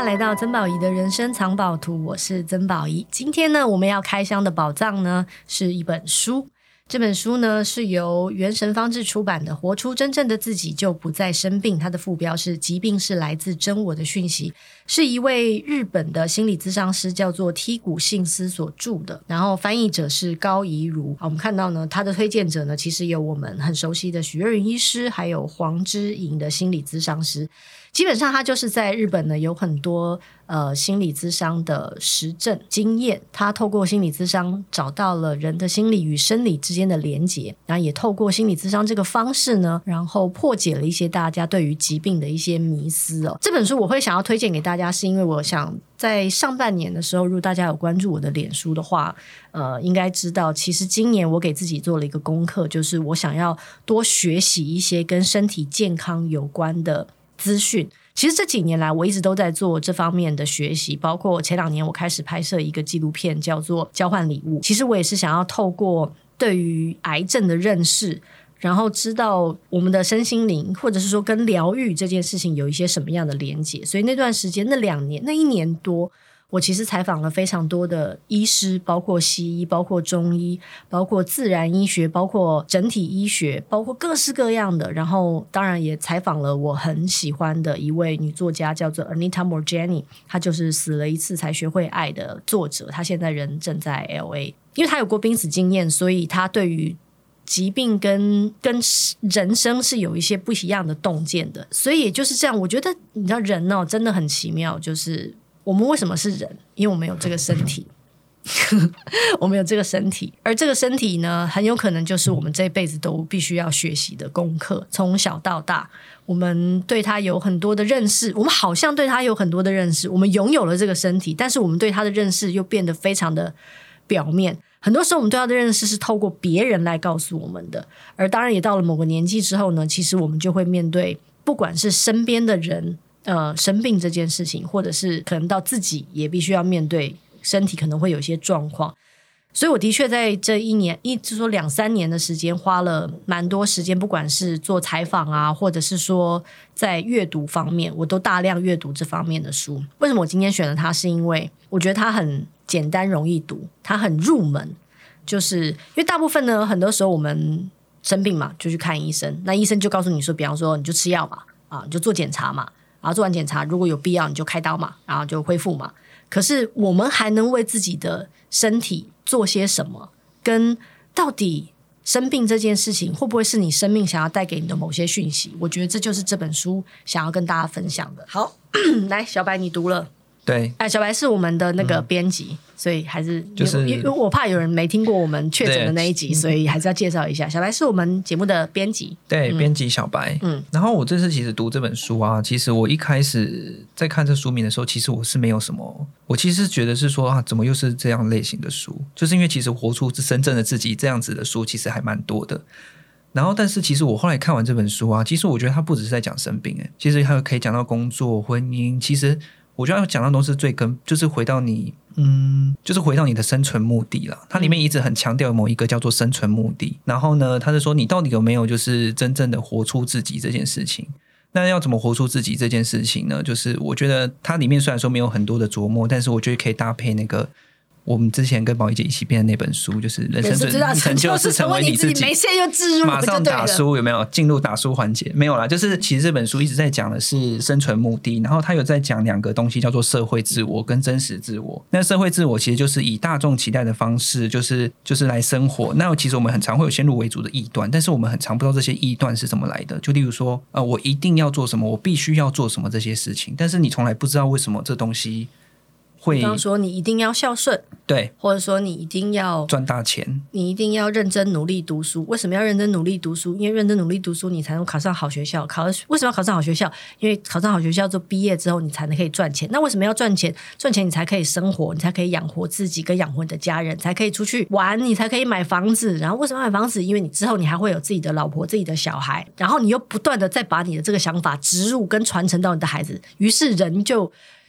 来到曾宝仪的人生藏宝图，我是曾宝仪。今天呢，我们要开箱的宝藏呢，是一本书。这本书呢是由原神方志出版的《活出真正的自己就不再生病》，它的副标是疾病是来自真我的讯息，是一位日本的心理咨商师叫做梯谷幸司所著的，然后翻译者是高怡如。我们看到呢，他的推荐者呢其实有我们很熟悉的许瑞云医师，还有黄之莹的心理咨商师。基本上他就是在日本呢有很多心理咨商的实证经验，他透过心理咨商找到了人的心理与生理之间的连结，然后也透过心理咨商这个方式呢，然后破解了一些大家对于疾病的一些迷思哦。这本书我会想要推荐给大家，是因为我想在上半年的时候，如果大家有关注我的脸书的话，应该知道其实今年我给自己做了一个功课，就是我想要多学习一些跟身体健康有关的资讯。其实这几年来我一直都在做这方面的学习，包括前2年我开始拍摄一个纪录片叫做《交换礼物》，其实我也是想要透过对于癌症的认识，然后知道我们的身心灵或者是说跟疗愈这件事情有一些什么样的连结。所以那段时间那2年那1年多，我其实采访了非常多的医师，包括西医，包括中医，包括自然医学，包括整体医学，包括各式各样的。然后当然也采访了我很喜欢的一位女作家叫做 Anita Moorjani， 她就是死了一次才学会爱的作者，她现在人正在 LA。 因为她有过濒死经验，所以她对于疾病跟人生是有一些不一样的洞见的。所以也就是这样，我觉得你知道人哦真的很奇妙，就是我们为什么是人？因为我们有这个身体我们有这个身体，而这个身体呢很有可能就是我们这辈子都必须要学习的功课。从小到大我们对它有很多的认识，我们好像对它有很多的认识，我们拥有了这个身体，但是我们对它的认识又变得非常的表面。很多时候我们对它的认识是透过别人来告诉我们的，而当然也到了某个年纪之后呢，其实我们就会面对不管是身边的人生病这件事情，或者是可能到自己也必须要面对身体可能会有一些状况。所以我的确在这1年就是说2-3年的时间花了蛮多时间，不管是做采访啊，或者是说在阅读方面，我都大量阅读这方面的书。为什么我今天选了它，是因为我觉得它很简单容易读，它很入门。就是因为大部分呢很多时候我们生病嘛就去看医生，那医生就告诉你说，比方说你就吃药嘛，你就做检查嘛，然后做完检查如果有必要你就开刀嘛，然后就恢复嘛。可是我们还能为自己的身体做些什么，跟到底生病这件事情会不会是你生命想要带给你的某些讯息，我觉得这就是这本书想要跟大家分享的。好来小白你读了。 对， 小白是我们的那个编辑，所以还是就是因为我怕有人没听过我们确诊的那一集，所以还是要介绍一下。小白是我们节目的编辑， 对，编辑小白。然后我这次其实读这本书啊，其实我一开始在看这书名的时候，其实我是没有什么，我其实觉得是说怎么又是这样类型的书，就是因为其实活出真正的自己这样子的书其实还蛮多的。然后但是其实我后来看完这本书啊，其实我觉得它不只是在讲生病，其实还可以讲到工作婚姻，其实我觉得要讲到都是最根，就是回到你就是回到你的生存目的啦。它里面一直很强调某一个叫做生存目的，然后呢他是说你到底有没有就是真正的活出自己这件事情。那要怎么活出自己这件事情呢，就是我觉得它里面虽然说没有很多的琢磨，但是我觉得可以搭配那个我们之前跟宝仪姐一起编的那本书，就是人生最大成就是成为你自己， 没事又置入马上打书，有没有进入打书环节？没有啦，就是其实这本书一直在讲的是生存目的，然后他有在讲2个东西，叫做社会自我跟真实自我。那社会自我其实就是以大众期待的方式就是来生活。那其实我们很常会有先入为主的臆断，但是我们很常不知道这些臆断是怎么来的。就例如说我一定要做什么，我必须要做什么这些事情，但是你从来不知道为什么这东西会，比方说你一定要孝顺， 对， 或者说你一定要赚大钱， 你一定要认真努力读书。为什么要认真努力读书？因为认真努力读书你才能考上好学校。为什么要考上好学校？因为考上好学校之后毕业之后你才能可以赚钱。那为什么要赚钱？赚钱你才可以生活，你才可以养活自己跟养活你的家人，才可以出去玩，你才可以买房子。然后为什么要买房子？因为你之后你还会有自己的老婆自己的小孩，然后你又不断的再把你的这个想法植入跟传承到你的孩子，于是人就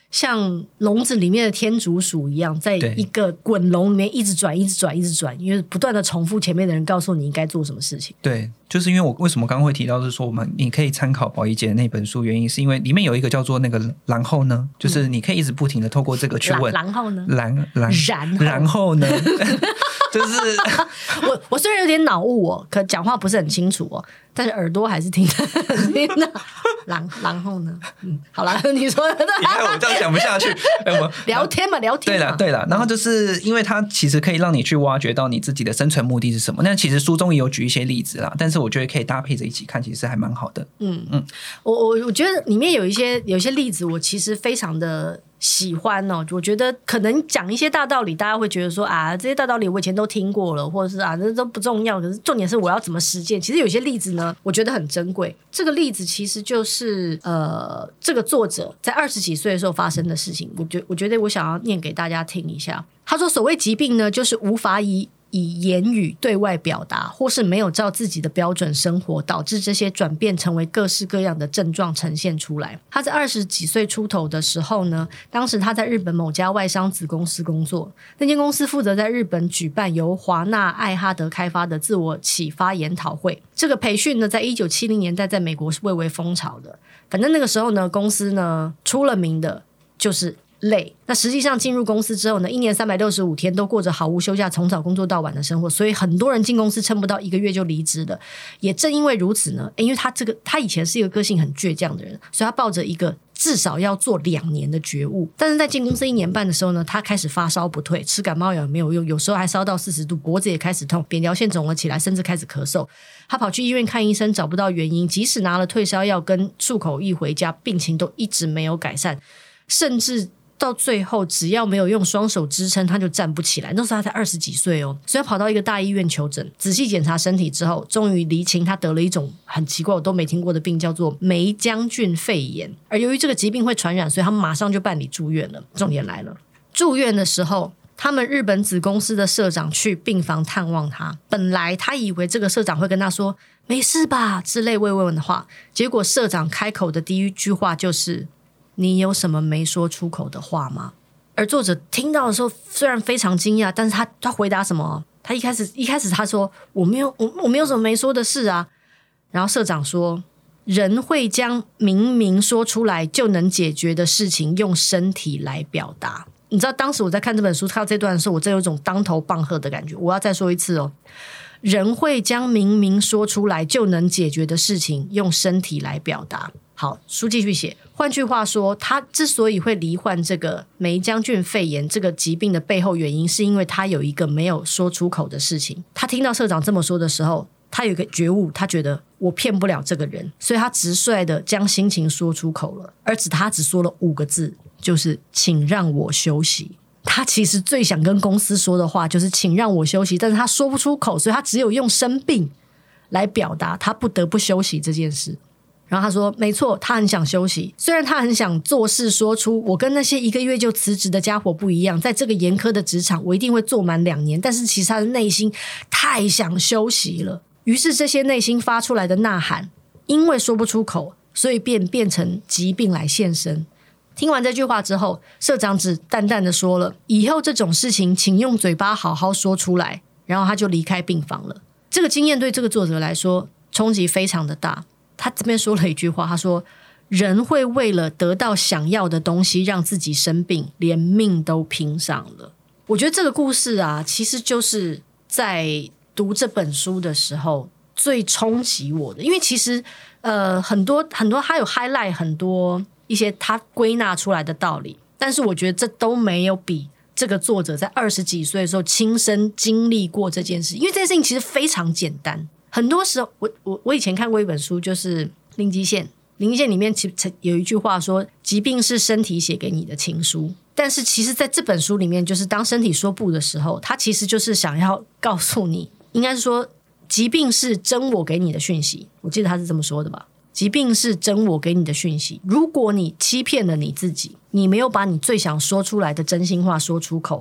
像笼子里面的天竺鼠一样，在一个滚笼里面一直转一直转一直转，因为不断的重复前面的人告诉你应该做什么事情。 对，就是因为我为什么刚刚会提到是说你可以参考宝仪姐的那本书，原因是因为里面有一个叫做那个然后呢，就是你可以一直不停的透过这个去问然后呢然后呢就是我虽然有点脑雾可讲话不是很清楚但是耳朵还是听得很清楚。然后呢好啦，你说你看我这样讲不下去聊天嘛。 对啦，然后就是因为它其实可以让你去挖掘到你自己的生存目的是什么。那其实书中也有举一些例子啦，但是我觉得可以搭配着一起看，其实还蛮好的。 我觉得里面有一些例子我其实非常的喜欢我觉得可能讲一些大道理大家会觉得说这些大道理我以前都听过了，或者是这都不重要，可是重点是我要怎么实践。其实有些例子呢我觉得很珍贵。这个例子其实就是这个作者在20几岁的时候发生的事情。我觉得我想要念给大家听一下。他说所谓疾病呢，就是无法以言语对外表达，或是没有照自己的标准生活，导致这些转变成为各式各样的症状呈现出来。他在20几岁出头的时候呢，当时他在日本某家外商子公司工作，那间公司负责在日本举办由华纳艾哈德开发的自我启发研讨会。这个培训呢，在1970年代在美国是蔚为风潮的。反正那个时候呢，公司呢出了名的就是累。那实际上进入公司之后呢，1年365天都过着毫无休假，从早工作到晚的生活，所以很多人进公司撑不到1个月就离职了。也正因为如此呢，因为他以前是一个个性很倔强的人，所以他抱着一个至少要做2年的觉悟。但是在进公司1年半的时候呢，他开始发烧不退，吃感冒药也没有用，有时候还烧到40度，脖子也开始痛，扁桃腺肿了起来，甚至开始咳嗽。他跑去医院看医生，找不到原因，即使拿了退烧药跟漱口液回家，病情都一直没有改善，甚至到最后只要没有用双手支撑他就站不起来。那时候他才20几岁所以他跑到一个大医院求诊，仔细检查身体之后，终于厘清他得了一种很奇怪我都没听过的病，叫做梅浆菌肺炎。而由于这个疾病会传染，所以他们马上就办理住院了。重点来了，住院的时候他们日本子公司的社长去病房探望他，本来他以为这个社长会跟他说没事吧之类慰问的话，结果社长开口的第一句话就是你有什么没说出口的话吗？而作者听到的时候虽然非常惊讶，但是他回答什么？他一开始他说我没有什么没说的事啊。然后社长说，人会将明明说出来就能解决的事情用身体来表达。你知道当时我在看这本书看到这段的时候，我真有一种当头棒喝的感觉。我要再说一次人会将明明说出来就能解决的事情用身体来表达。好，书继续写。换句话说，他之所以会罹患这个梅浆菌肺炎这个疾病的背后原因，是因为他有一个没有说出口的事情。他听到社长这么说的时候，他有一个觉悟，他觉得我骗不了这个人，所以他直率的将心情说出口了，而他只说了5个字，就是请让我休息。他其实最想跟公司说的话就是请让我休息，但是他说不出口，所以他只有用生病来表达他不得不休息这件事。然后他说没错，他很想休息，虽然他很想做事说出我跟那些1个月就辞职的家伙不一样，在这个严苛的职场我一定会做满2年，但是其实他的内心太想休息了。于是这些内心发出来的呐喊，因为说不出口，所以变成疾病来现身。听完这句话之后，社长只淡淡的说了，以后这种事情请用嘴巴好好说出来，然后他就离开病房了。这个经验对这个作者来说冲击非常的大。他这边说了一句话，他说人会为了得到想要的东西让自己生病，连命都拼上了。我觉得这个故事啊，其实就是在读这本书的时候最冲击我的。因为其实很多他有 highlight 很多一些他归纳出来的道理，但是我觉得这都没有比这个作者在20几岁的时候亲身经历过这件事。因为这件事情其实非常简单。很多时候我以前看过一本书，就是零极限里面其实有一句话说，疾病是身体写给你的情书。但是其实在这本书里面，就是当身体说不的时候，它其实就是想要告诉你，应该是说疾病是真我给你的讯息。我记得他是这么说的吧，疾病是真我给你的讯息。如果你欺骗了你自己，你没有把你最想说出来的真心话说出口，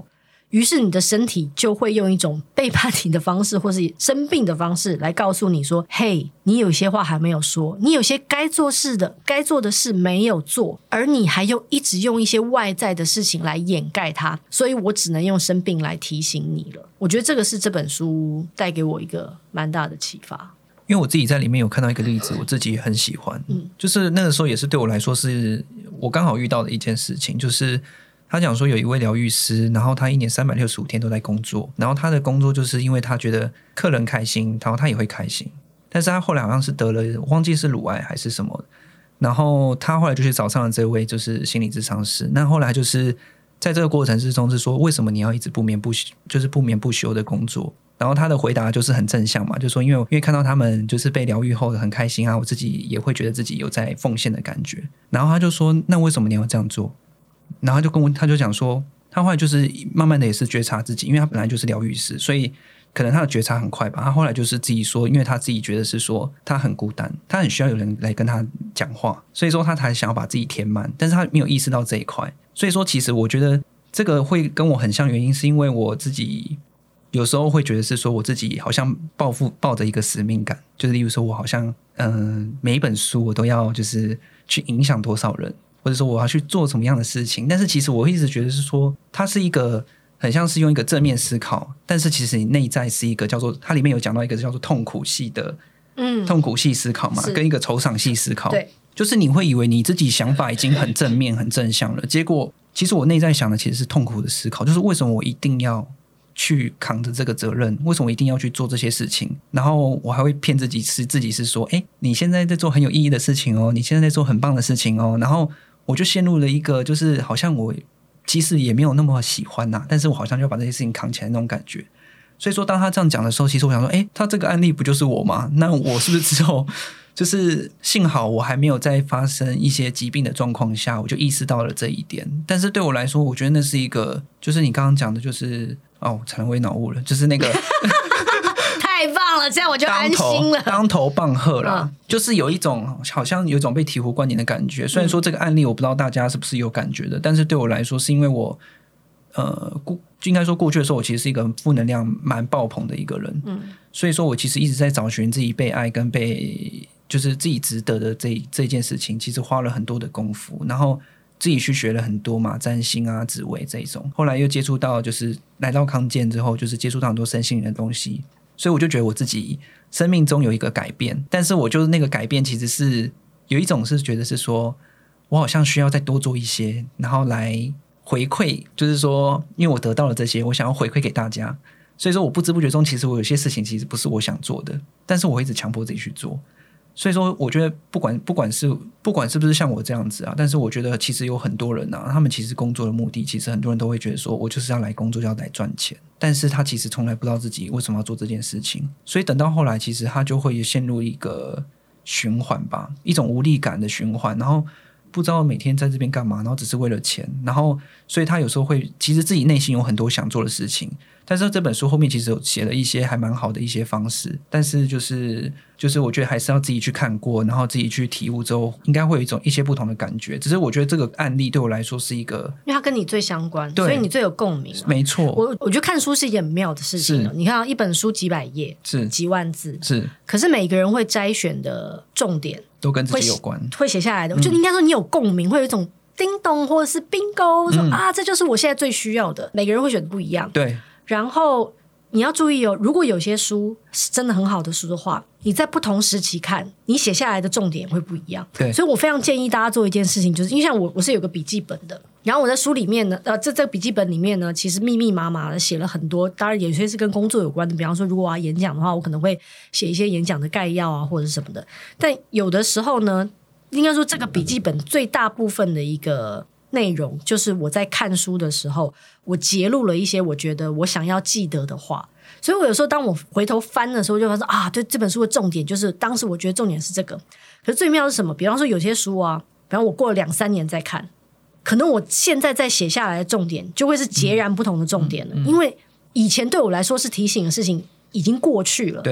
于是你的身体就会用一种背叛你的方式或是生病的方式来告诉你说，嘿，你有些话还没有说，你有些该做的事没有做，而你还一直用一些外在的事情来掩盖它，所以我只能用生病来提醒你了。我觉得这个是这本书带给我一个蛮大的启发。 因为我自己在里面有看到一个例子，我自己很喜欢，就是那个时候也是对我来说是我刚好遇到的一件事情，就是他讲说有一位疗愈师，然后他一年365天都在工作，然后他的工作就是因为他觉得客人开心，然后他也会开心，但是他后来好像是得了我忘记是乳癌还是什么，然后他后来就去找上了这位就是心理咨商师，那后来就是在这个过程之中是说为什么你要一直不眠不休的工作，然后他的回答就是很正向嘛，就是说因为看到他们就是被疗愈后很开心啊，我自己也会觉得自己有在奉献的感觉，然后他就说那为什么你要这样做，然后他就讲说他后来就是慢慢的也是觉察自己，因为他本来就是疗愈师，所以可能他的觉察很快吧，他后来就是自己说因为他自己觉得是说他很孤单，他很需要有人来跟他讲话，所以说他才想要把自己填满，但是他没有意识到这一块，所以说其实我觉得这个会跟我很像，原因是因为我自己有时候会觉得是说我自己好像抱着一个使命感，就是例如说我好像每一本书我都要就是去影响多少人，或者说我要去做什么样的事情，但是其实我一直觉得是说它是一个很像是用一个正面思考，但是其实你内在是一个叫做它里面有讲到一个叫做痛苦系的痛苦系思考嘛，跟一个酬赏系思考，对，就是你会以为你自己想法已经很正面很正向了，结果其实我内在想的其实是痛苦的思考，就是为什么我一定要去扛着这个责任，为什么我一定要去做这些事情，然后我还会骗自己是说你现在在做很有意义的事情哦，你现在在做很棒的事情哦，然后我就陷入了一个就是好像我其实也没有那么喜欢啊，但是我好像就要把这些事情扛起来那种感觉，所以说当他这样讲的时候，其实我想说他这个案例不就是我吗？那我是不是之后就是幸好我还没有在发生一些疾病的状况下，我就意识到了这一点，但是对我来说我觉得那是一个就是你刚刚讲的就是残为脑雾了，就是那个太棒了，这样我就安心了， 当头棒喝啦，就是有一种好像有一种被醍醐灌顶的感觉，虽然说这个案例我不知道大家是不是有感觉的，但是对我来说是因为我应该说过去的时候我其实是一个负能量蛮爆棚的一个人，所以说我其实一直在找寻自己被爱跟被就是自己值得的这件事情，其实花了很多的功夫，然后自己去学了很多嘛，占星啊紫微这一种，后来又接触到就是来到康健之后就是接触到很多身心灵的东西，所以我就觉得我自己生命中有一个改变，但是我就是那个改变其实是有一种是觉得是说我好像需要再多做一些，然后来回馈，就是说因为我得到了这些我想要回馈给大家，所以说我不知不觉中其实我有些事情其实不是我想做的，但是我会一直强迫自己去做，所以说我觉得不管是不是像我这样子啊，但是我觉得其实有很多人啊，他们其实工作的目的其实很多人都会觉得说我就是要来工作要来赚钱，但是他其实从来不知道自己为什么要做这件事情，所以等到后来其实他就会陷入一个循环吧，一种无力感的循环，然后不知道每天在这边干嘛，然后只是为了钱，然后所以他有时候会其实自己内心有很多想做的事情，但是这本书后面其实有写了一些还蛮好的一些方式，但是就是我觉得还是要自己去看过，然后自己去体悟之后应该会有一些不同的感觉，只是我觉得这个案例对我来说是一个因为它跟你最相关，所以你最有共鸣， 没错， 我觉得看书是一件很妙的事情，你看一本书几百页是几万字是，可是每个人会摘选的重点都跟自己有关， 会写下来的，就应该说你有共鸣，会有一种叮咚或者是 bingo 说这就是我现在最需要的，每个人会选的不一样，对，然后你要注意如果有些书是真的很好的书的话，你在不同时期看你写下来的重点会不一样，对，所以我非常建议大家做一件事情，就是因为像我是有个笔记本的，然后我在书里面呢这个笔记本里面呢其实密密麻麻的写了很多，当然有些是跟工作有关的，比方说如果我要演讲的话我可能会写一些演讲的概要啊或者什么的，但有的时候呢应该说这个笔记本最大部分的一个内容就是我在看书的时候我截录了一些我觉得我想要记得的话，所以我有时候当我回头翻的时候就发现对，这本书的重点就是当时我觉得重点是这个，可是最妙是什么，比方说有些书啊，比方我过了2-3年再看，可能我现在再写下来的重点就会是截然不同的重点了，因为以前对我来说是提醒的事情已经过去了，对，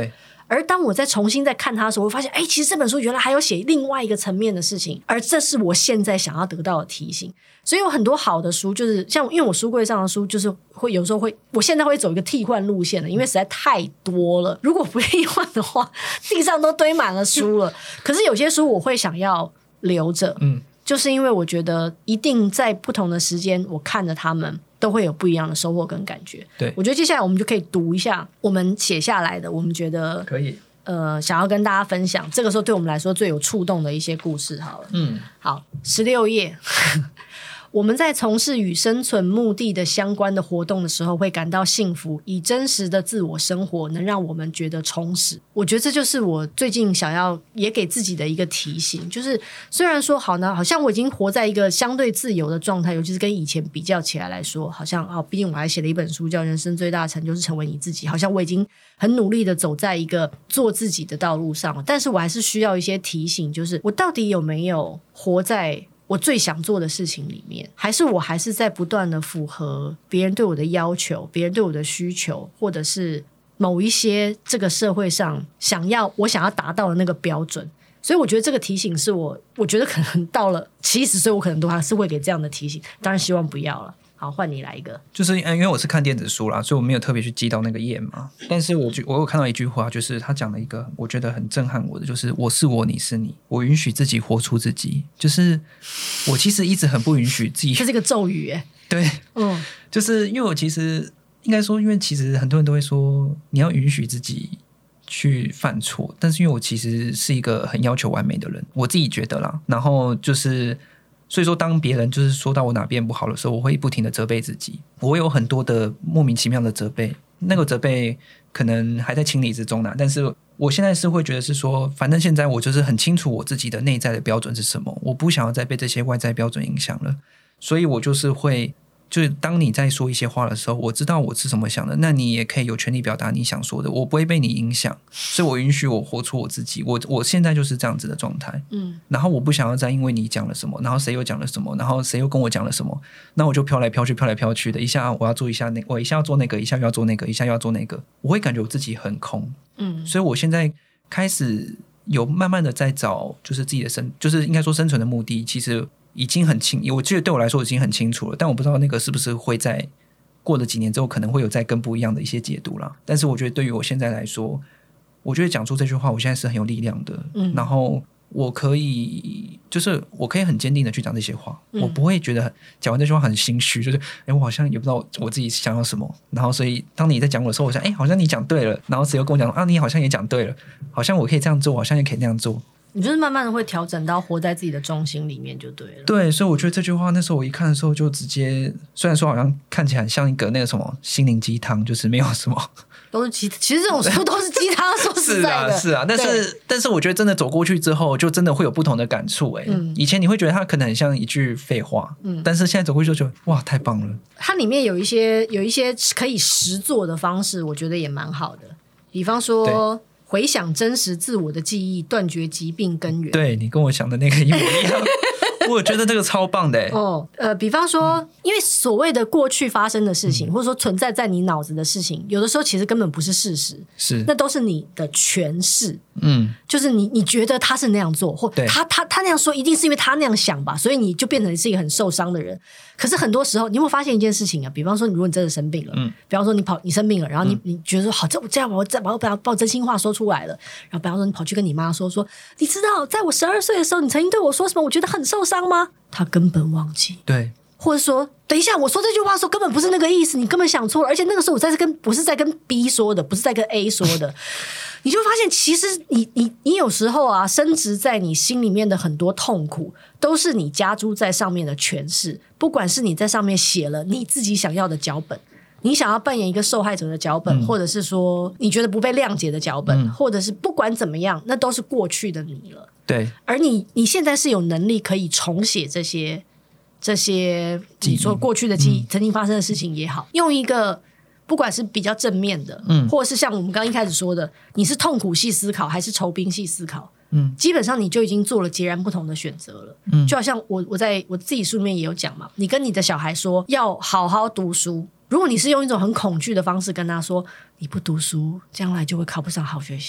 而当我再重新再看它的时候，我发现其实这本书原来还有写另外一个层面的事情，而这是我现在想要得到的提醒。所以有很多好的书，就是像因为我书柜上的书就是会有时候我现在会走一个替换路线了，因为实在太多了，如果不替换的话地上都堆满了书了。可是有些书我会想要留着，就是因为我觉得一定在不同的时间我看着他们都会有不一样的收获跟感觉。 对， 我觉得接下来我们就可以读一下我们写下来的，我们觉得可以想要跟大家分享，这个时候对我们来说最有触动的一些故事好了。好，16页我们在从事与生存目的的相关的活动的时候会感到幸福，以真实的自我生活能让我们觉得充实。我觉得这就是我最近想要也给自己的一个提醒，就是虽然说好像我已经活在一个相对自由的状态，尤其是跟以前比较起来说，好像毕竟我还写了一本书叫《人生最大的成就是成为你自己》，好像我已经很努力的走在一个做自己的道路上，但是我还是需要一些提醒，就是我到底有没有活在我最想做的事情里面，还是我还是在不断的符合别人对我的要求，别人对我的需求，或者是某一些这个社会上我想要达到的那个标准。所以我觉得这个提醒是我觉得可能到了70岁我可能都还是会给这样的提醒，当然希望不要了。好，换你来一个。 就是因为我是看电子书啦，所以我没有特别去记到那个页嘛。但是我有看到一句话，就是他讲了一个我觉得很震撼我的，就是我是我，你是你，我允许自己活出自己。就是我其实一直很不允许自己， 这是个咒语耶。 对，就是因为我其实应该说，因为其实很多人都会说你要允许自己去犯错，但是因为我其实是一个很要求完美的人，我自己觉得啦。然后就是所以说当别人就是说到我哪边不好的时候，我会不停的责备自己，我有很多的莫名其妙的责备，那个责备可能还在情理之中啦，但是我现在是会觉得是说，反正现在我就是很清楚我自己的内在的标准是什么，我不想要再被这些外在标准影响了，所以我就是会就是当你在说一些话的时候，我知道我是怎么想的，那你也可以有权利表达你想说的，我不会被你影响，所以我允许我活出我自己，我现在就是这样子的状态。然后我不想要再因为你讲了什么，然后谁又讲了什么，然后谁又跟我讲了什么，那我就飘来飘去的，一下我要做一下我一下要做那个，一下又要做那个，一下又要做那个，我会感觉我自己很空。所以我现在开始有慢慢的在找就是自己的就是应该说生存的目的，其实已经很我觉得对我来说已经很清楚了，但我不知道那个是不是会在过了几年之后可能会有再更不一样的一些解读啦。但是我觉得对于我现在来说，我觉得讲出这句话我现在是很有力量的。然后我可以很坚定的去讲这些话，我不会觉得讲完这句话很心虚，就是我好像也不知道我自己想要什么，然后所以当你在讲我的时候，我想好像你讲对了，然后谁又跟我讲你好像也讲对了，好像我可以这样做，好像也可以那样做， 你就是慢慢的会调整到活在自己的中心里面就对了。 对，所以我觉得这句话那时候我一看的时候就直接，虽然说好像看起来很像一个那个什么心灵鸡汤，就是没有什么都是其实这种书都是鸡汤，说实在的是啊，但是我觉得真的走过去之后就真的会有不同的感触。以前你会觉得它可能很像一句废话，但是现在走过去就觉得哇太棒了。 它里面有一些可以实做的方式，我觉得也蛮好的，比方说回想真实自我的记忆，断绝疾病根源。 对，你跟我想的那个一模一样我觉得这个超棒的比方说因为所谓的过去发生的事情，或者说存在在你脑子的事情，有的时候其实根本不是事实，那都是你的诠释。就是你觉得他是那样做，或他那样说一定是因为他那样想吧，所以你就变成是一个很受伤的人。可是很多时候你有没有发现一件事情啊？比方说如果你真的生病了，比方说你生病了，然后你觉得说好这样我再把真心话说出来了，然后比方说你跑去跟你妈说你知道在我12岁的时候你曾经对我说什么我觉得很受伤吗？他根本忘记。 对， 或者说等一下我说这句话的时候根本不是那个意思，你根本想错了，而且那个时候我是在跟 B 说的，不是在跟 A 说的你就会发现其实你有时候啊深植在你心里面的很多痛苦都是你加诸在上面的诠释，不管是你在上面写了你自己想要的脚本，你想要扮演一个受害者的脚本，或者是说你觉得不被谅解的脚本，或者是不管怎么样那都是过去的你了。 对， 而你现在是有能力可以重写这些你说过去的记忆，曾经发生的事情也好，用一个不管是比较正面的，或者是像我们刚刚一开始说的，你是痛苦系思考还是酬宾系思考，基本上你就已经做了截然不同的选择了。就好像我在我自己书里面也有讲嘛，你跟你的小孩说要好好读书，如果你是用一种很恐惧的方式跟他说你不读书将来就会考不上好学校，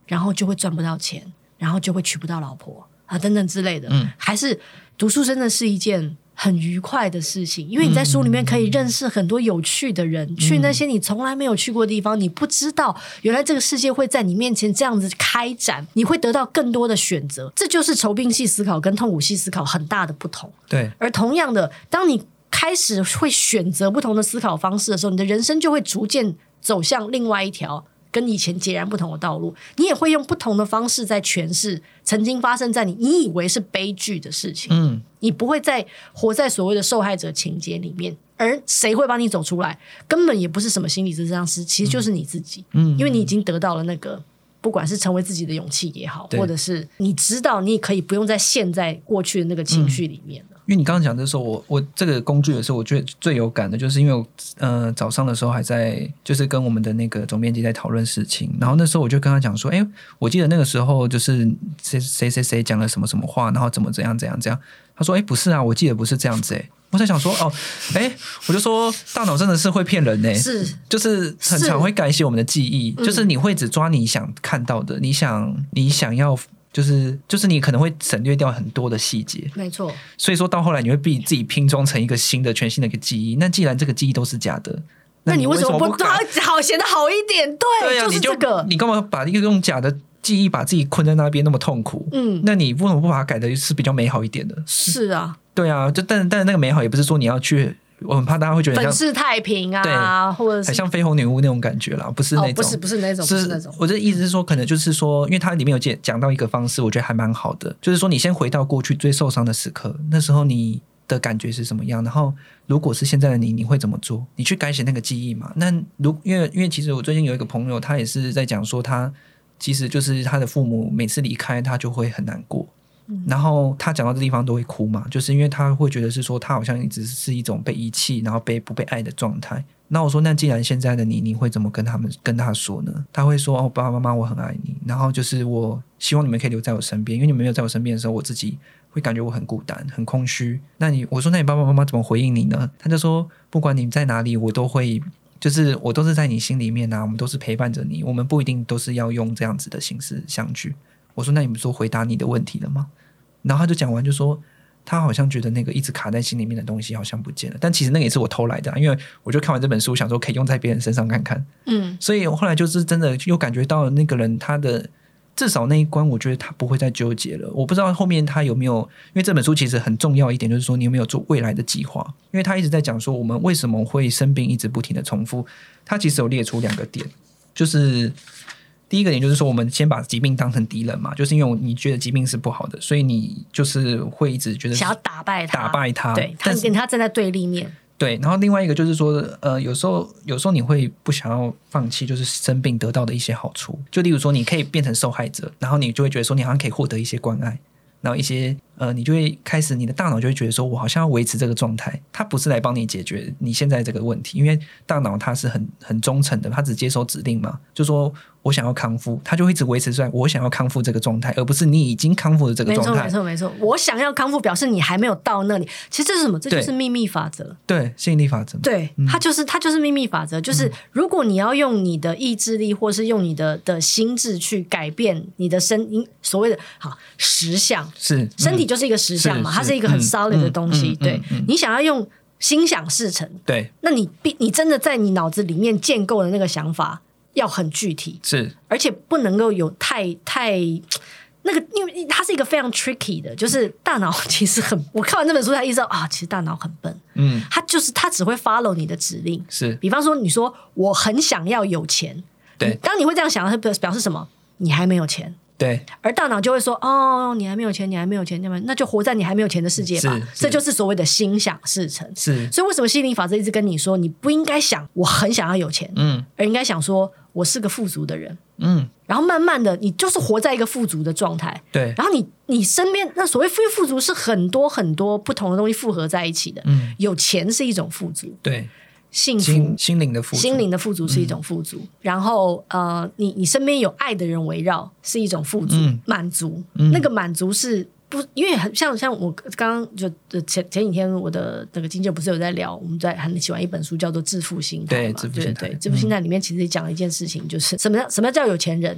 然后就会赚不到钱，然后就会娶不到老婆啊等等之类的。还是读书真的是一件很愉快的事情，因为你在书里面可以认识很多有趣的人，去那些你从来没有去过的地方，你不知道原来这个世界会在你面前这样子开展，你会得到更多的选择。这就是酬宾系思考跟痛苦系思考很大的不同。 对， 而同样的，当你开始会选择不同的思考方式的时候，你的人生就会逐渐走向另外一条跟以前截然不同的道路，你也会用不同的方式在诠释曾经发生在你以为是悲剧的事情。你不会再活在所谓的受害者情节里面，而谁会帮你走出来？根本也不是什么心理咨商师，其实就是你自己。因为你已经得到了那个不管是成为自己的勇气也好，或者是你知道你可以不用再陷在过去的那个情绪里面了。 因为你刚刚讲的时候，我这个工具的时候，我觉得最有感的就是因为我早上的时候还在就是跟我们的那个总编辑在讨论事情，然后那时候我就跟他讲说，我记得那个时候就是谁讲了什么什么话，然后怎样，他说不是啊，我记得不是这样子我在想说我就说大脑真的是会骗人是就是很常会改写我们的记忆，就是你会只抓你想看到的，你想要。就是你可能会省略掉很多的细节， 没错。 所以说到后来你会自己拼装成一个全新的一个记忆。那既然这个记忆都是假的， 那你为什么不好写得好一点？对， 啊， 就是这个。 你干嘛把一个用假的记忆把自己困在那边那么痛苦？那你为什么不把它改的是比较美好一点的？ 是啊， 对啊，但是那个美好也不是说你要去。我很怕大家会觉得粉饰太平啊，或者是很像绯红女巫那种感觉啦，不是那种， 不是那种，不是那种。 我的意思是说，可能就是说，因为它里面有讲到一个方式，我觉得还蛮好的，就是说你先回到过去最受伤的时刻，那时候你的感觉是什么样，然后如果是现在的你会怎么做？你去改写那个记忆嘛？那因为其实我最近有一个朋友，他也是在讲说，他其实就是他的父母每次离开他就会很难过。然后他讲到这地方都会哭嘛，就是因为他会觉得是说他好像一直是一种被遗弃然后不被爱的状态。那我说那既然现在的你会怎么跟他说呢？他会说爸爸妈妈我很爱你，然后就是我希望你们可以留在我身边，因为你们没有在我身边的时候，我自己会感觉我很孤单很空虚。我说那你爸爸妈妈怎么回应你呢？他就说不管你在哪里我都会，就是我都是在你心里面啊，我们都是陪伴着你，我们不一定都是要用这样子的形式相聚。我说那你们说回答你的问题了吗？然后他就讲完就说他好像觉得那个一直卡在心里面的东西好像不见了，但其实那个也是我偷来的因为我就看完这本书想说可以用在别人身上看看。所以我后来就是真的又感觉到那个人他的至少那一关我觉得他不会再纠结了。我不知道后面他有没有，因为这本书其实很重要一点就是说你有没有做未来的计划，因为他一直在讲说我们为什么会生病一直不停的重复。他其实有列出2个点，就是第一个点就是说我们先把疾病当成敌人嘛，就是因为你觉得疾病是不好的，所以你就是会一直觉得想要打败他，对，他跟他站在对立面。 对，然后另外一个就是说有时候你会不想要放弃就是生病得到的一些好处，就例如说你可以变成受害者，然后你就会觉得说你好像可以获得一些关爱，然后一些你就会开始你的大脑就会觉得说我好像要维持这个状态，它不是来帮你解决你现在这个问题，因为大脑它是很忠诚的，它只接收指令嘛，就说我想要康复，它就会一直维持在我想要康复这个状态，而不是你已经康复的这个状态。 没错，我想要康复表示你还没有到那里。其实这是什么？这就是秘密法则。对， 吸引力法则。 对，它就是秘密法则。就是如果你要用你的意志力，或是用你的心智去改变你的所谓的实相， 是身体就是一个实相嘛，它是一个很 solid 的东西。对，你想要用心想事成， 对， 那你真的在你脑子里面建构的那个想法要很具体， 是，而且不能够有太那个，因为它是一个非常 tricky 的，就是大脑其实我看完这本书才意识到其实大脑很笨，它只会 follow 你的指令， 是， 比方说你说我很想要有钱， 对， 当你会这样想，它表示什么？你还没有钱。 对， 而大脑就会说你还没有钱，那就活在你还没有钱的世界吧。这就是所谓的心想事成。 是， 所以为什么吸引力法则一直跟你说，你不应该想我很想要有钱，而应该想说我是个富足的人，然后慢慢的你就是活在一个富足的状态。 对， 然后你身边那所谓富足是很多很多不同的东西复合在一起的。有钱是一种富足， 对。 幸福心灵的富足是一种富足，然后你身边有爱的人围绕是一种富足，满足，那个满足是不，因为像我刚刚就前几天我的那个经纪人不是有在聊，我们在很喜欢一本书叫做致富心态嘛，对，致富心态里面其实讲了一件事情，就是什么叫有钱人？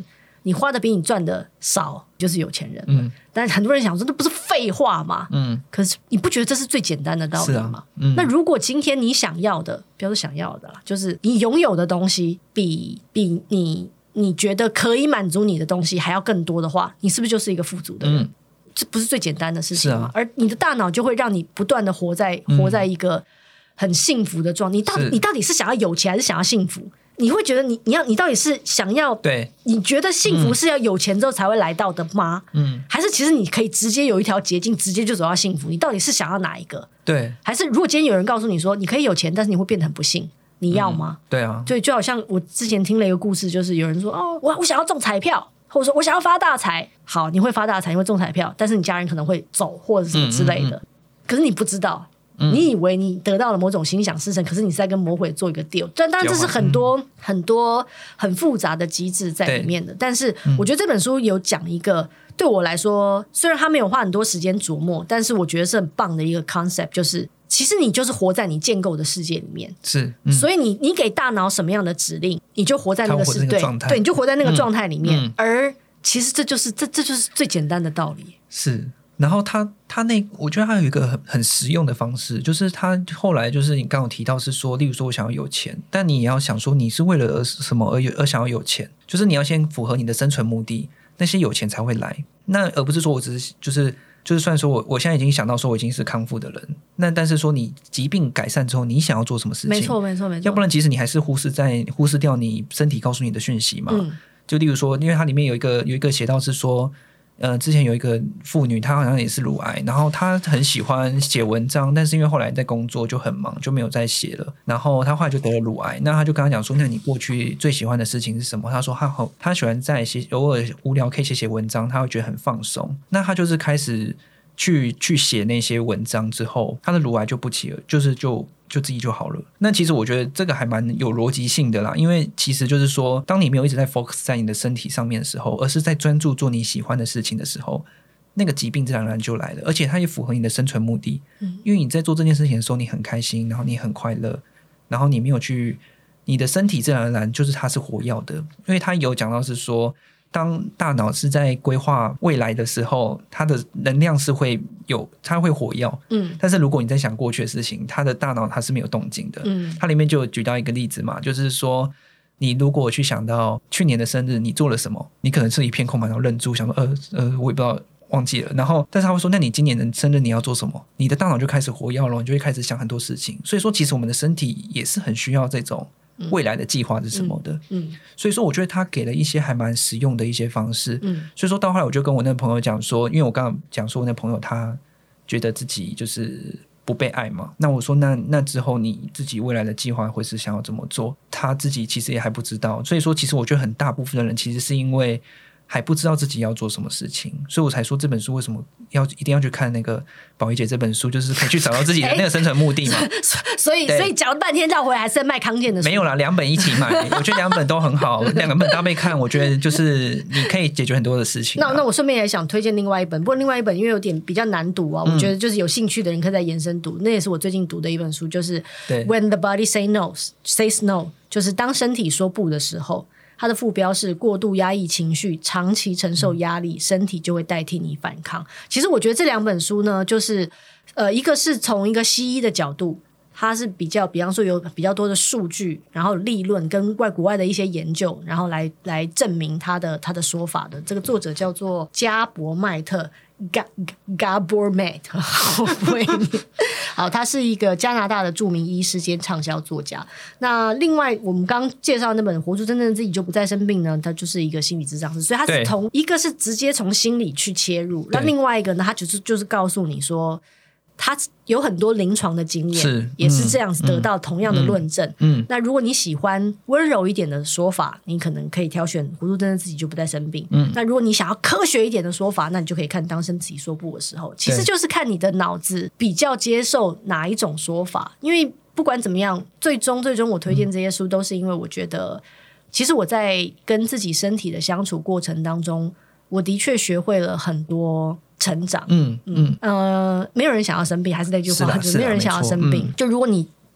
你花的比你赚的少就是有钱人。但是很多人想说这不是废话吗？可是你不觉得这是最简单的道理吗？那如果今天你想要的，不要说想要的啦，就是你拥有的东西比你觉得可以满足你的东西还要更多的话，你是不是就是一个富足的人？这不是最简单的事情吗？而你的大脑就会让你不断的活在一个很幸福的状态。你到底是想要有钱还是想要幸福？你会觉得你到底是想要，对，你觉得幸福是要有钱之后才会来到的吗？还是其实你可以直接有一条捷径，直接就走到幸福？你到底是想要哪一个？对，还是如果今天有人告诉你说你可以有钱，但是你会变得很不幸，你要吗？对啊，对，就好像我之前听了一个故事，就是有人说我想要中彩票，或者说我想要发大财。好，你会发大财，你会中彩票，但是你家人可能会走或者什么之类的，可是你不知道。你以为你得到了某种心想事成，可是你是在跟魔鬼做一个 deal。当然这是很多很复杂的机制在里面的。但是我觉得这本书有讲一个对我来说，虽然他没有花很多时间琢磨，但是我觉得是很棒的一个 concept， 就是其实你就是活在你建构的世界里面。是，所以你给大脑什么样的指令，你就活在那个状态。对，你就活在那个状态里面。而其实这就是最简单的道理。是。然后他我觉得他有一个很实用的方式，就是他后来就是你刚刚有提到是说，例如说我想要有钱，但你也要想说你是为了什么而想要有钱，就是你要先符合你的生存目的，那些有钱才会来。那而不是说我只是就是虽然说我现在已经想到说我已经是康复的人，那但是说你疾病改善之后，你想要做什么事情？没错，要不然其实你还是忽视掉你身体告诉你的讯息嘛。就例如说，因为它里面有一个写到是说。之前有一个妇女，她好像也是乳癌，然后她很喜欢写文章，但是因为后来在工作就很忙，就没有再写了。然后她后来就得了乳癌，那她就跟她讲说：“那你过去最喜欢的事情是什么？”她说她喜欢在偶尔无聊可以写文章，她会觉得很放松。那她就是开始去写那些文章之后，她的乳癌就不起了，就自己就好了。那其实我觉得这个还蛮有逻辑性的啦，因为其实就是说，当你没有一直在 focus 在你的身体上面的时候，而是在专注做你喜欢的事情的时候，那个疾病自然而然就来了，而且它也符合你的生存目的。因为你在做这件事情的时候，你很开心，然后你很快乐，然后你没有去，你的身体自然而然就是它是活跃的。因为它有讲到是说，当大脑是在规划未来的时候，它的能量是它会活跃。但是如果你在想过去的事情，它的大脑它是没有动静的。它里面就有举到一个例子嘛，就是说你如果去想到去年的生日你做了什么，你可能是一片空白，然后愣住想说我也不知道，忘记了。然后但是他会说，那你今年的生日你要做什么，你的大脑就开始活跃了，你就会开始想很多事情。所以说其实我们的身体也是很需要这种未来的计划是什么的。所以说我觉得他给了一些还蛮实用的一些方式。所以说到后来我就跟我那个朋友讲说，因为我刚刚讲说我那朋友他觉得自己就是不被爱嘛，那我说那之后你自己未来的计划会是想要怎么做，他自己其实也还不知道。所以说其实我觉得很大部分的人其实是因为还不知道自己要做什么事情，所以我才说这本书为什么一定要去看那个宝仪姐这本书，就是可以去找到自己的那个生存目的嘛。所以讲了半天绕回来还是在卖康健的书。没有啦，2本一起买，我觉得2本都很好，2本搭配看，我觉得就是你可以解决很多的事情。那我顺便也想推荐另外一本，不过另外一本因为有点比较难读啊，我觉得就是有兴趣的人可以再延伸读。那也是我最近读的一本书，就是 When the Body Says No， 就是当身体说不的时候。它的副标是过度压抑情绪，长期承受压力，身体就会代替你反抗。其实我觉得这2本书呢，就是一个是从一个西医的角度，它是比方说有比较多的数据，然后理论跟国外的一些研究，然后来证明他的说法的。这个作者叫做加伯麦特。Gabor Mate 我不会念。好，他是一个加拿大的著名医师兼畅销作家。那另外我们刚介绍那本活出真正的自己就不再生病呢，他就是一个心理咨商师，所以他是一个是直接从心理去切入，那另外一个呢，他就是告诉你说他有很多临床的经验，也是这样子得到同样的论证。那如果你喜欢温柔一点的说法，你可能可以挑选活出真正自己就不再生病。那如果你想要科学一点的说法，那你就可以看当身体说不的时候，其实就是看你的脑子比较接受哪一种说法。因为不管怎么样，最终我推荐这些书都是因为我觉得其实我在跟自己身体的相处过程当中，我的确学会了很多成长。没有人想要生病，还是那句话，就是没有人想要生病。就如果你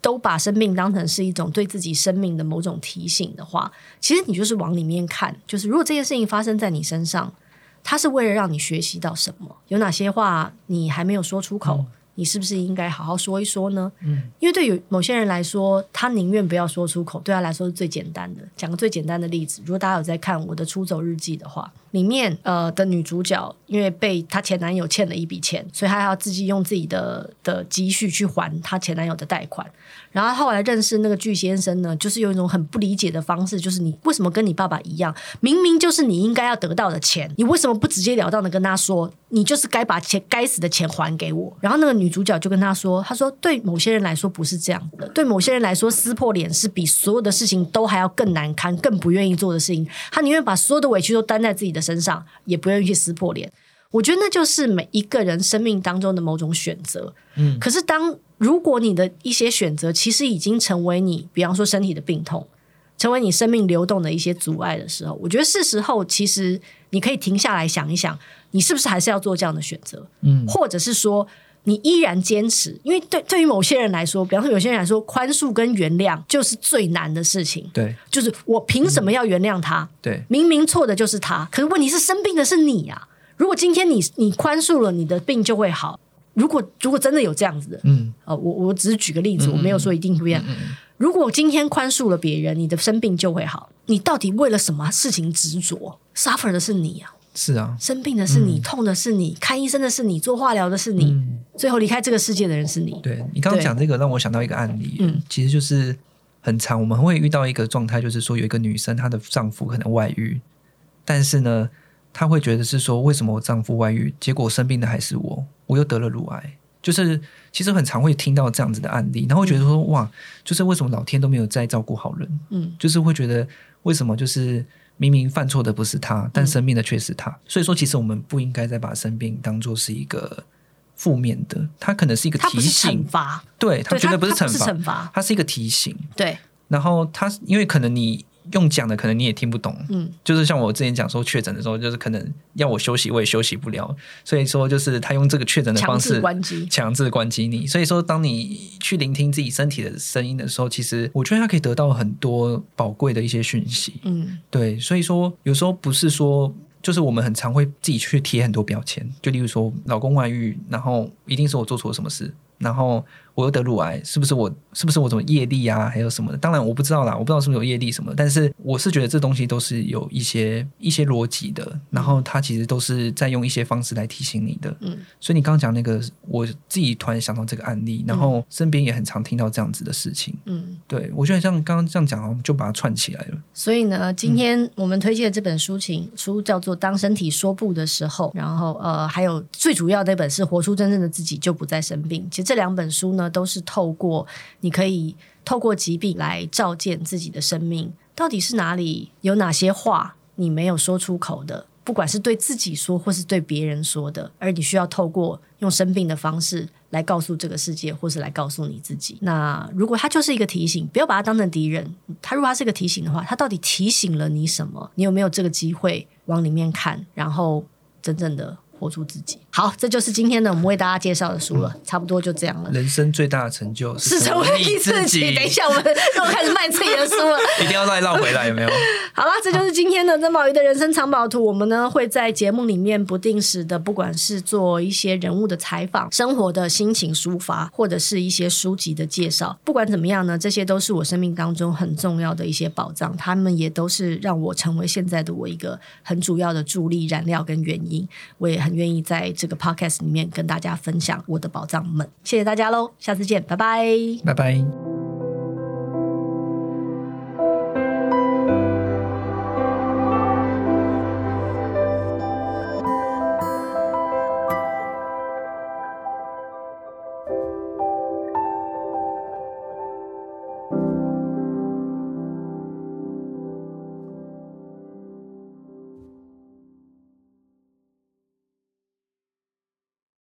都把生病当成是一种对自己生命的某种提醒的话，其实你就是往里面看，就是如果这件事情发生在你身上，它是为了让你学习到什么，有哪些话你还没有说出口，你是不是应该好好说一说呢？因为对于某些人来说，他宁愿不要说出口，对他来说是最简单的。讲个最简单的例子，如果大家有在看我的出走日记的话，里面的女主角因为被她前男友欠了一笔钱，所以她要自己用自己的积蓄去还她前男友的贷款。然后后来认识那个巨先生呢，就是用一种很不理解的方式，就是你为什么跟你爸爸一样，明明就是你应该要得到的钱，你为什么不直截了当的跟他说，你就是该把该死的钱还给我？然后那个女主角就跟他说，她说对某些人来说不是这样的，对某些人来说撕破脸是比所有的事情都还要更难堪更不愿意做的事情，他宁愿把所有的委屈都担在自己的身上，也不愿意去撕破脸。我觉得那就是每一个人生命当中的某种选择。可是如果你的一些选择其实已经成为你，比方说身体的病痛，成为你生命流动的一些阻碍的时候，我觉得是时候其实你可以停下来想一想，你是不是还是要做这样的选择？或者是说你依然坚持，因为对于某些人来说，比方说有些人来说，宽恕跟原谅就是最难的事情。 对，就是我凭什么要原谅他？对，明明错的就是他，可是问题是生病的是你啊。如果今天你宽恕了，你的病就会好。如果真的有这样子的，我只是举个例子，我没有说一定不一样。如果今天宽恕了别人，你的生病就会好，你到底为了什么事情执着 ？suffer 的是你啊， 是啊， 生病的是你，痛的是你，看医生的是你，做化疗的是你，最后离开这个世界的人是你。 对，你刚刚讲这个让我想到一个案例，其实就是很常我们会遇到一个状态，就是说有一个女生她的丈夫可能外遇，但是呢她会觉得是说为什么我丈夫外遇，结果生病的还是我又得了乳癌。就是其实很常会听到这样子的案例，然后会觉得说哇，就是为什么老天都没有在照顾好人，就是会觉得为什么就是明明犯错的不是他，但生病的却是他。所以说其实我们不应该再把生病当作是一个负面的，它可能是一个提醒，它不是惩罚， 对，它绝对不是惩罚， 它是一个提醒。 对， 然后它因为可能你用讲的可能你也听不懂，就是像我之前讲说确诊的时候，就是可能要我休息我也休息不了，所以说就是他用这个确诊的方式强制关机你，所以说当你去聆听自己身体的声音的时候，其实我觉得他可以得到很多宝贵的一些讯息。对，所以说有时候不是说就是我们很常会自己去贴很多标签，就例如说老公外遇，然后一定是我做错了什么事，然后我又得乳癌，是不是我什么业力啊，还有什么的？当然我不知道啦，我不知道是不是有业力什么的，但是我是觉得这东西都是有一些逻辑的，然后它其实都是在用一些方式来提醒你的。所以你刚刚讲那个，我自己突然想到这个案例，然后身边也很常听到这样子的事情。对，我觉得像刚刚这样讲，就把它串起来了。 所以呢，今天我们推荐的这本书叫做《当身体说不的时候》，然后还有最主要的那本是《活出真正的自己就不再生病》。其实这两本书呢，都是你可以透过疾病来照见自己的生命，到底是哪里有哪些话你没有说出口的，不管是对自己说或是对别人说的，而你需要透过用生病的方式来告诉这个世界，或是来告诉你自己。那如果它就是一个提醒，不要把它当成敌人，如果它是一个提醒的话，它到底提醒了你什么？你有没有这个机会往里面看，然后真正的活出自己？好，这就是今天呢我们为大家介绍的书了，差不多就这样了。 人生最大的成就是成为你自己。 等一下，我们又开始卖自己的书了， 一定要再绕回来，有没有？ 好啦，这就是今天的曾宝仪的人生藏宝图。我们呢会在节目里面不定时的，不管是做一些人物的采访、生活的心情抒发，或者是一些书籍的介绍。不管怎么样呢，这些都是我生命当中很重要的一些宝藏，他们也都是让我成为现在的我一个很主要的助力、燃料跟原因。我也很愿意在这个 podcast 里面跟大家分享我的宝藏们。谢谢大家咯，下次见，拜拜， 拜拜。